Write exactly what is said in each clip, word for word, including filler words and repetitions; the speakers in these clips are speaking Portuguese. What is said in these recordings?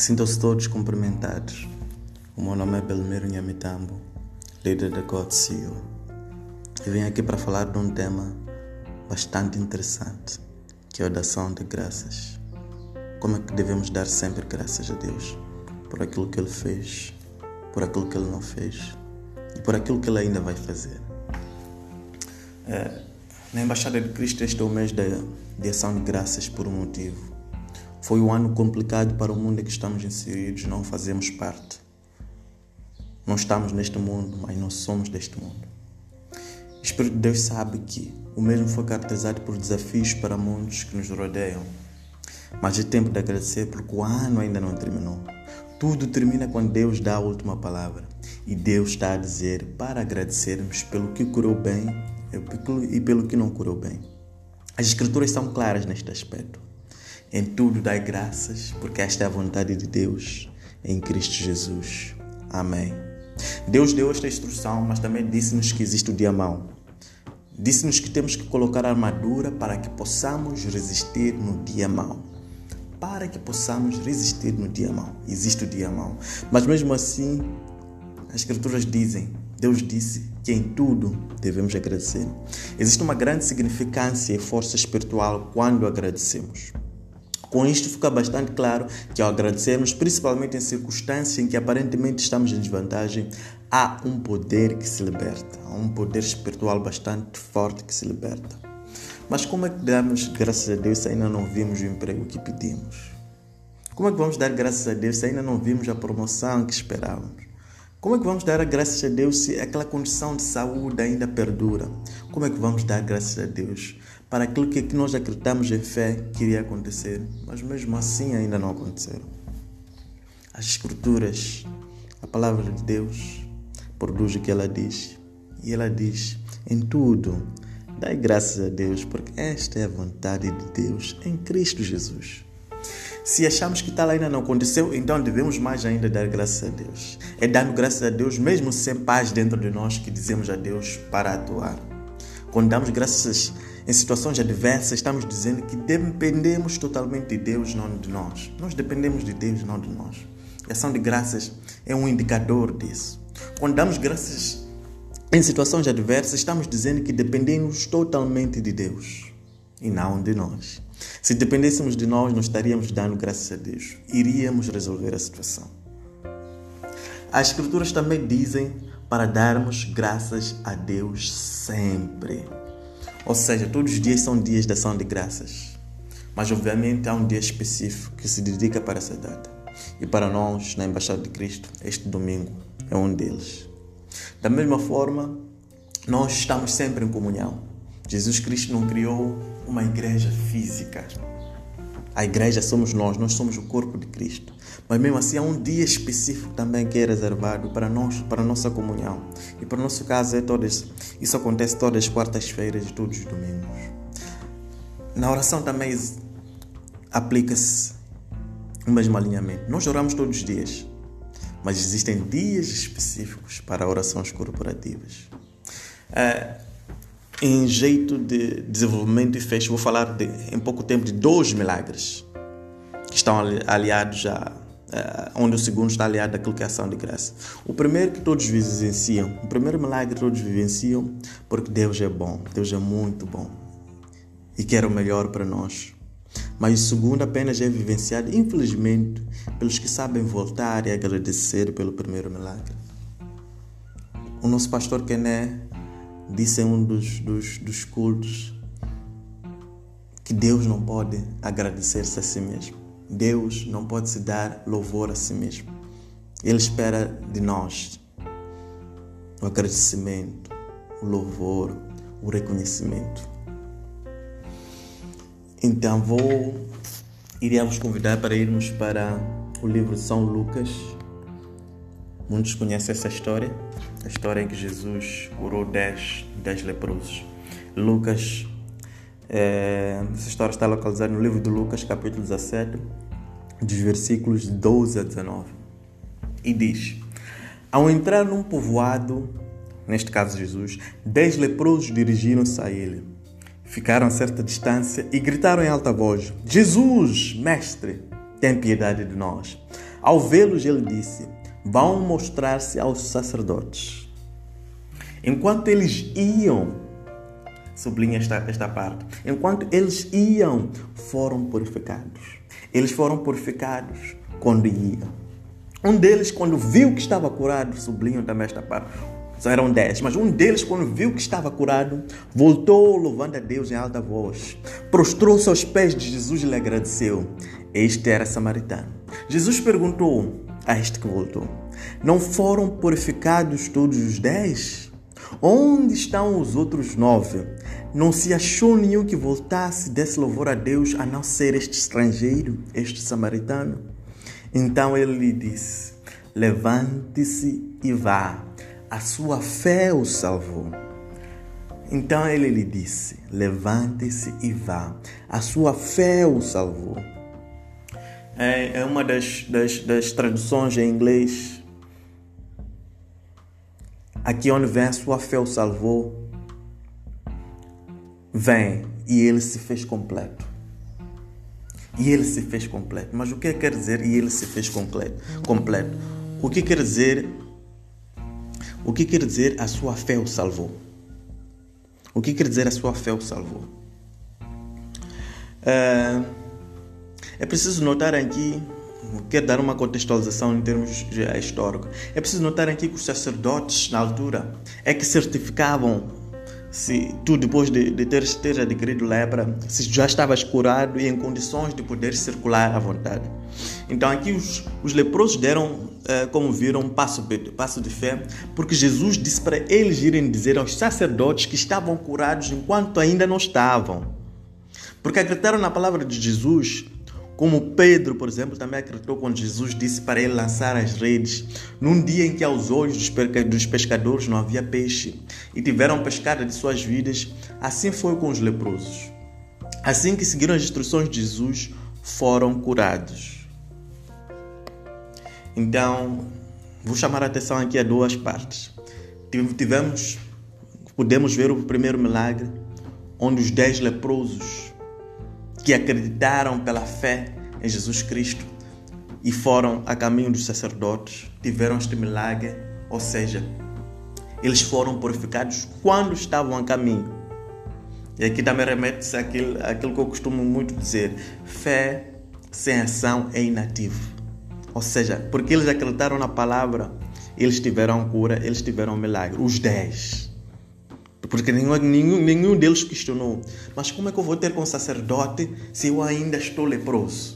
Sintam-se todos cumprimentados. O meu nome é Belmiro Nhamitambo, líder da God C E O. Eu venho aqui para falar de um tema bastante interessante, que é a da ação de graças. Como é que devemos dar sempre graças a Deus por aquilo que Ele fez, por aquilo que Ele não fez e por aquilo que Ele ainda vai fazer. É, na Embaixada de Cristo este é o mês de, de ação de graças por um motivo. Foi um ano complicado para o mundo em que estamos inseridos, não fazemos parte. Não estamos neste mundo, mas não somos deste mundo. O Espírito de Deus sabe que o mesmo foi caracterizado por desafios para muitos que nos rodeiam. Mas é tempo de agradecer porque o ano ainda não terminou. Tudo termina quando Deus dá a última palavra. E Deus está a dizer para agradecermos pelo que correu bem e pelo que não correu bem. As Escrituras são claras neste aspecto. Em tudo dai graças, porque esta é a vontade de Deus em Cristo Jesus. Amém. Deus deu esta instrução, mas também disse-nos que existe o dia mau. Disse-nos que temos que colocar a armadura para que possamos resistir no dia mau. Para que possamos resistir no dia mau. Existe o dia mau. Mas mesmo assim, as Escrituras dizem, Deus disse que em tudo devemos agradecer. Existe uma grande significância e força espiritual quando agradecemos. Com isto fica bastante claro que ao agradecermos, principalmente em circunstâncias em que aparentemente estamos em desvantagem, há um poder que se liberta. Há um poder espiritual bastante forte que se liberta. Mas como é que damos graças a Deus se ainda não vimos o emprego que pedimos? Como é que vamos dar graças a Deus se ainda não vimos a promoção que esperávamos? Como é que vamos dar graças a Deus se aquela condição de saúde ainda perdura? Como é que vamos dar graças a Deus para aquilo que nós acreditamos em fé que iria acontecer, mas mesmo assim ainda não aconteceram? As Escrituras, a palavra de Deus, produz o que ela diz. E ela diz, em tudo, dai graças a Deus, porque esta é a vontade de Deus em Cristo Jesus. Se achamos que tal ainda não aconteceu, então devemos mais ainda dar graças a Deus. É dando graças a Deus, mesmo sem paz dentro de nós, que dizemos a Deus para atuar. Quando damos graças em situações adversas, estamos dizendo que dependemos totalmente de Deus, não de nós. Nós dependemos de Deus, não de nós. A ação de graças é um indicador disso. Quando damos graças em situações adversas, estamos dizendo que dependemos totalmente de Deus e não de nós. Se dependêssemos de nós, não estaríamos dando graças a Deus. Iríamos resolver a situação. As Escrituras também dizem para darmos graças a Deus sempre. Ou seja, todos os dias são dias de ação de graças. Mas, obviamente, há um dia específico que se dedica para essa data. E para nós, na Embaixada de Cristo, este domingo é um deles. Da mesma forma, nós estamos sempre em comunhão. Jesus Cristo não criou uma igreja física. A igreja somos nós, nós somos o corpo de Cristo. Mas mesmo assim há um dia específico também que é reservado para nós, para a nossa comunhão. E para o nosso caso, é todas, isso acontece todas as quartas-feiras e todos os domingos. Na oração também aplica-se o mesmo alinhamento. Nós oramos todos os dias, mas existem dias específicos para orações corporativas. É, Em jeito de desenvolvimento e fecho, vou falar de, em pouco tempo de dois milagres que estão aliados a, a onde o segundo está aliado àquilo que é a ação de graça. O primeiro que todos vivenciam, o primeiro milagre que todos vivenciam, porque Deus é bom, Deus é muito bom e quer o melhor para nós. Mas o segundo apenas é vivenciado, infelizmente, pelos que sabem voltar e agradecer pelo primeiro milagre. O nosso pastor Kené disse em um dos, dos, dos cultos que Deus não pode agradecer-se a si mesmo. Deus não pode se dar louvor a si mesmo. Ele espera de nós o agradecimento, o louvor, o reconhecimento. Então vou, iria vos convidar para irmos para o livro de São Lucas. Muitos conhecem essa história. A história em que Jesus curou dez, dez leprosos. Lucas, é, essa história está localizada no livro de Lucas, capítulo dezassete, dos versículos doze a dezenove. E diz, ao entrar num povoado, neste caso Jesus, dez leprosos dirigiram-se a ele. Ficaram a certa distância e gritaram em alta voz, Jesus, mestre, tem piedade de nós. Ao vê-los, ele disse: vão mostrar-se aos sacerdotes. Enquanto eles iam, sublinha esta, esta parte, enquanto eles iam, foram purificados. Eles foram purificados quando iam. Um deles, quando viu que estava curado, sublinham também esta parte, só eram dez, mas um deles, quando viu que estava curado, voltou louvando a Deus em alta voz. Prostrou-se aos pés de Jesus e lhe agradeceu. Este era samaritano. Jesus perguntou a este que voltou: não foram purificados todos os dez? Onde estão os outros nove? Não se achou nenhum que voltasse desse louvor a Deus, a não ser este estrangeiro, este samaritano? Então ele lhe disse: levante-se e vá. A sua fé o salvou. Então ele lhe disse: levante-se e vá. A sua fé o salvou. É, é uma das, das, das traduções em inglês. Aqui onde vem a sua fé o salvou, vem e ele se fez completo. E ele se fez completo. Mas o que quer dizer e ele se fez completo? completo? O que quer dizer? O que quer dizer a sua fé o salvou? O que quer dizer a sua fé o salvou? É, é preciso notar aqui, quero dar uma contextualização em termos históricos. É preciso notar aqui que os sacerdotes, na altura, é que certificavam se tu, depois de, de teres, teres adquirido lepra, se já estavas curado e em condições de poder circular à vontade. Então aqui os, os leprosos deram, eh, como viram, um passo, passo de fé, porque Jesus disse para eles irem dizer aos sacerdotes que estavam curados enquanto ainda não estavam. Porque acreditaram na palavra de Jesus, como Pedro, por exemplo, também acreditou quando Jesus disse para ele lançar as redes, num dia em que aos olhos dos pescadores não havia peixe e tiveram pescada de suas vidas. Assim foi com os leprosos. Assim que seguiram as instruções de Jesus, foram curados. Então, vou chamar a atenção aqui a duas partes. Tivemos, podemos ver o primeiro milagre, onde os dez leprosos que acreditaram pela fé em Jesus Cristo e foram a caminho dos sacerdotes, tiveram este milagre, ou seja, eles foram purificados quando estavam a caminho. E aqui também remete-se àquilo, àquilo que eu costumo muito dizer: fé sem ação é inativo. Ou seja, porque eles acreditaram na palavra, eles tiveram cura, eles tiveram milagre. Os dez. Porque nenhum, nenhum, nenhum deles questionou: mas como é que eu vou ter com o sacerdote se eu ainda estou leproso?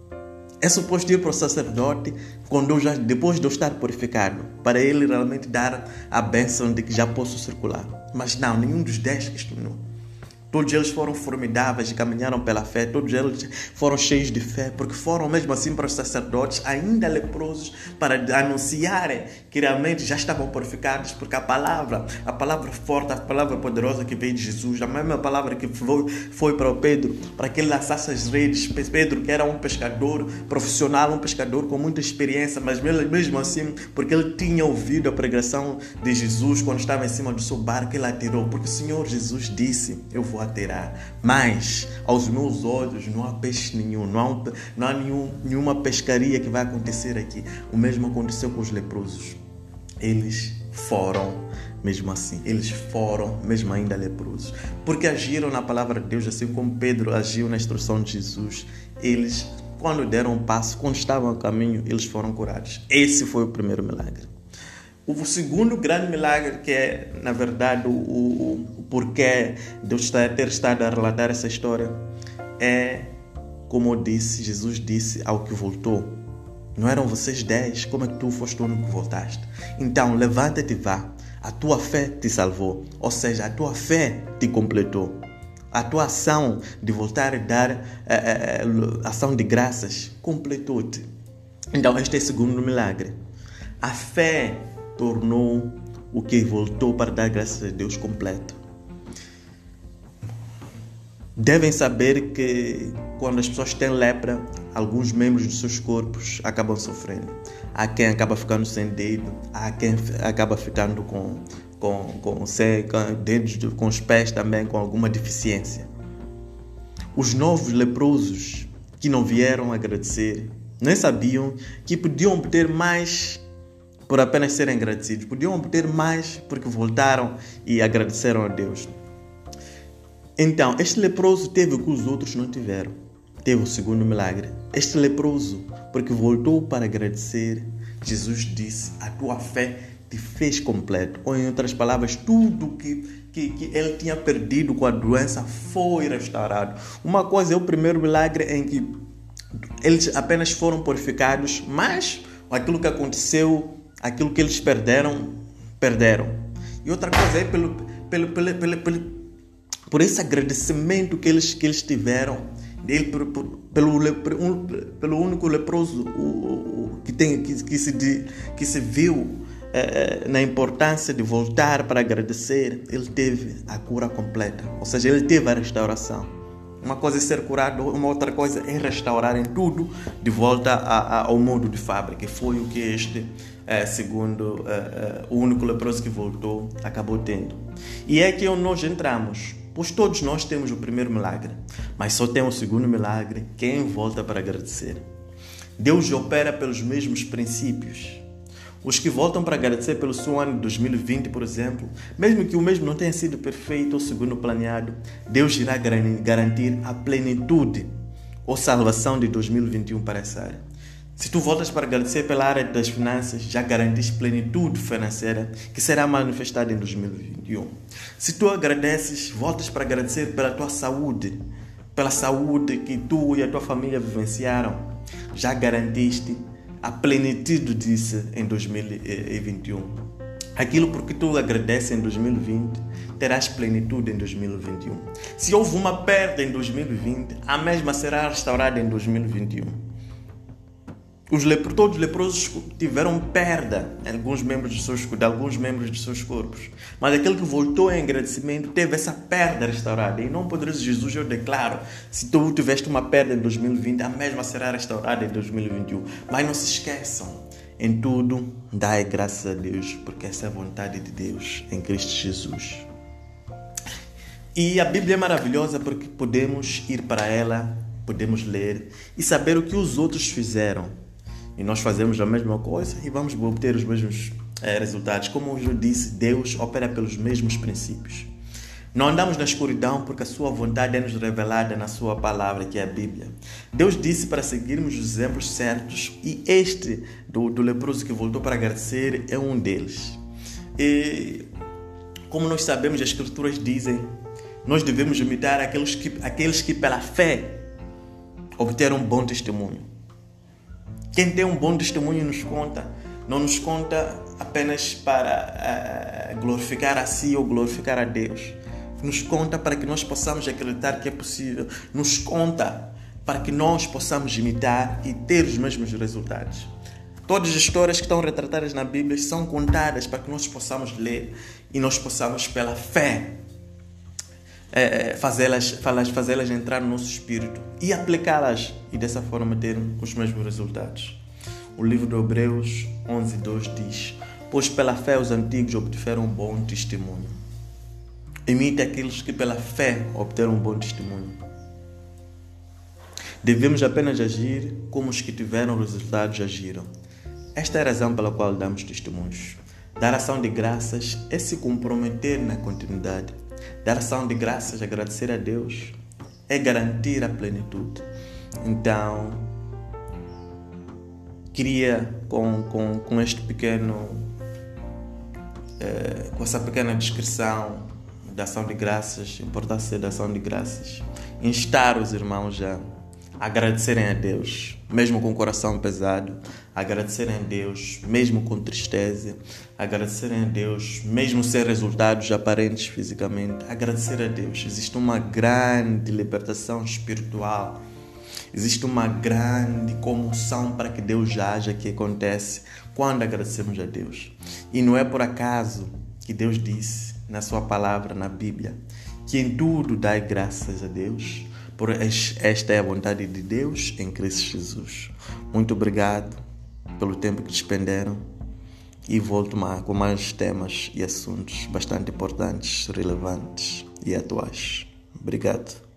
É suposto ir para o sacerdote quando eu já, depois de eu estar purificado, para ele realmente dar a bênção de que já posso circular. Mas não, nenhum dos dez questionou. Todos eles foram formidáveis e caminharam pela fé. Todos eles foram cheios de fé, porque foram mesmo assim para os sacerdotes, ainda leprosos, para anunciarem que realmente já estavam purificados, porque a palavra, a palavra forte, a palavra poderosa que veio de Jesus, a mesma palavra que foi, foi para o Pedro, para que ele lançasse as redes. Pedro, que era um pescador profissional, um pescador com muita experiência, mas mesmo assim, porque ele tinha ouvido a pregação de Jesus quando estava em cima do seu barco, ele atirou, porque o Senhor Jesus disse: eu vou atirar, mas aos meus olhos não há peixe nenhum, não há, um, não há nenhum, nenhuma pescaria que vai acontecer aqui. O mesmo aconteceu com os leprosos. Eles foram mesmo assim, eles foram mesmo ainda leprosos, porque agiram na palavra de Deus, assim como Pedro agiu na instrução de Jesus. Eles, quando deram um passo, quando estavam a caminho, eles foram curados. Esse foi o primeiro milagre. O segundo grande milagre, que é, na verdade, o, o, o porquê de eu ter estado a relatar essa história, é, como eu disse, Jesus disse ao que voltou: não eram vocês dez? Como é que tu foste o único que voltaste? Então, levanta-te e vá. A tua fé te salvou. Ou seja, a tua fé te completou. A tua ação de voltar e dar é, é, ação de graças completou-te. Então, este é o segundo milagre. A fé tornou o que voltou para dar graças a Deus completo. Devem saber que quando as pessoas têm lepra, alguns membros dos seus corpos acabam sofrendo. Há quem acaba ficando sem dedo, há quem acaba ficando com, com, com, com dedos, com os pés também com alguma deficiência. Os novos leprosos que não vieram agradecer, Nem sabiam que podiam obter mais por apenas serem agradecidos. Podiam obter mais porque voltaram e agradeceram a Deus. Então, este leproso teve o que os outros não tiveram. Teve o segundo milagre. Este leproso, porque voltou para agradecer, Jesus disse: a tua fé te fez completo. Ou, em outras palavras, tudo que, que, que ele tinha perdido com a doença foi restaurado. Uma coisa é o primeiro milagre em que eles apenas foram purificados, mas aquilo que aconteceu, aquilo que eles perderam, perderam. E outra coisa é pelo, pelo, pelo, pelo, pelo, por esse agradecimento que eles, que eles tiveram dele, por, por, pelo, um, pelo único leproso o, o, que, tem, que, que, se, que se viu eh, na importância de voltar para agradecer. Ele teve a cura completa, ou seja, ele teve a restauração. Uma coisa é ser curado, uma outra coisa é restaurar em tudo de volta a, a, ao mundo de fábrica. Foi o que este, eh, segundo eh, eh, o único leproso que voltou, acabou tendo. E é que nós entramos, pois todos nós temos o primeiro milagre, mas só tem o segundo milagre quem volta para agradecer. Deus opera pelos mesmos princípios. Os que voltam para agradecer pelo seu ano de dois mil e vinte, por exemplo, mesmo que o mesmo não tenha sido perfeito ou segundo o planeado, Deus irá garantir a plenitude ou salvação de dois mil e vinte e um para essa área. Se tu voltas para agradecer pela área das finanças, já garantiste plenitude financeira que será manifestada em dois mil e vinte e um. Se tu agradeces, voltas para agradecer pela tua saúde, pela saúde que tu e a tua família vivenciaram, já garantiste a plenitude disso em dois mil e vinte e um. Aquilo por que tu agradeces em dois mil e vinte, terás plenitude em dois mil e vinte e um. Se houve uma perda em dois mil e vinte, a mesma será restaurada em dois mil e vinte e um. Os lepro, todos os leprosos tiveram perda em alguns membros de seus, de alguns membros de seus corpos. Mas aquele que voltou em agradecimento teve essa perda restaurada. Em nome poderoso de Jesus, eu declaro: se tu tiveste uma perda em dois mil e vinte, a mesma será restaurada em dois mil e vinte e um. Mas não se esqueçam, em tudo dai graças a Deus, porque essa é a vontade de Deus em Cristo Jesus. E a Bíblia é maravilhosa porque podemos ir para ela, podemos ler e saber o que os outros fizeram. E nós fazemos a mesma coisa e vamos obter os mesmos eh, resultados. Como eu disse, Deus opera pelos mesmos princípios. Não andamos na escuridão porque a sua vontade é nos revelada na sua palavra, que é a Bíblia. Deus disse para seguirmos os exemplos certos e este do, do leproso que voltou para agradecer é um deles. E como nós sabemos, as Escrituras dizem, nós devemos imitar aqueles que, aqueles que pela fé obteram um bom testemunho. Quem tem um bom testemunho nos conta, não nos conta apenas para uh, glorificar a si ou glorificar a Deus. Nos conta para que nós possamos acreditar que é possível. Nos conta para que nós possamos imitar e ter os mesmos resultados. Todas as histórias que estão retratadas na Bíblia são contadas para que nós possamos ler e nós possamos, pela fé, É, fazê-las, fazê-las entrar no nosso espírito e aplicá-las e dessa forma ter os mesmos resultados. O livro de Hebreus onze, dois diz: pois pela fé os antigos obtiveram um bom testemunho. Imite aqueles que pela fé obteram um bom testemunho. Devemos apenas agir como os que tiveram resultados agiram. Esta é a razão pela qual damos testemunhos. Dar ação de graças é se comprometer na continuidade. Dar ação de graças, agradecer a Deus, é garantir a plenitude. Então, queria com, com, com este pequeno, eh, com essa pequena descrição da ação de graças, importância da ação de graças, instar os irmãos a agradecerem a Deus, mesmo com o coração pesado, agradecerem a Deus, mesmo com tristeza, agradecerem a Deus, mesmo sem resultados aparentes fisicamente, agradecer a Deus. Existe uma grande libertação espiritual, existe uma grande comoção para que Deus haja, que acontece quando agradecemos a Deus. E não é por acaso que Deus disse na sua palavra, na Bíblia, que em tudo dai graças a Deus, por esta é a vontade de Deus em Cristo Jesus. Muito obrigado pelo tempo que despenderam e volto com mais temas e assuntos bastante importantes, relevantes e atuais. Obrigado.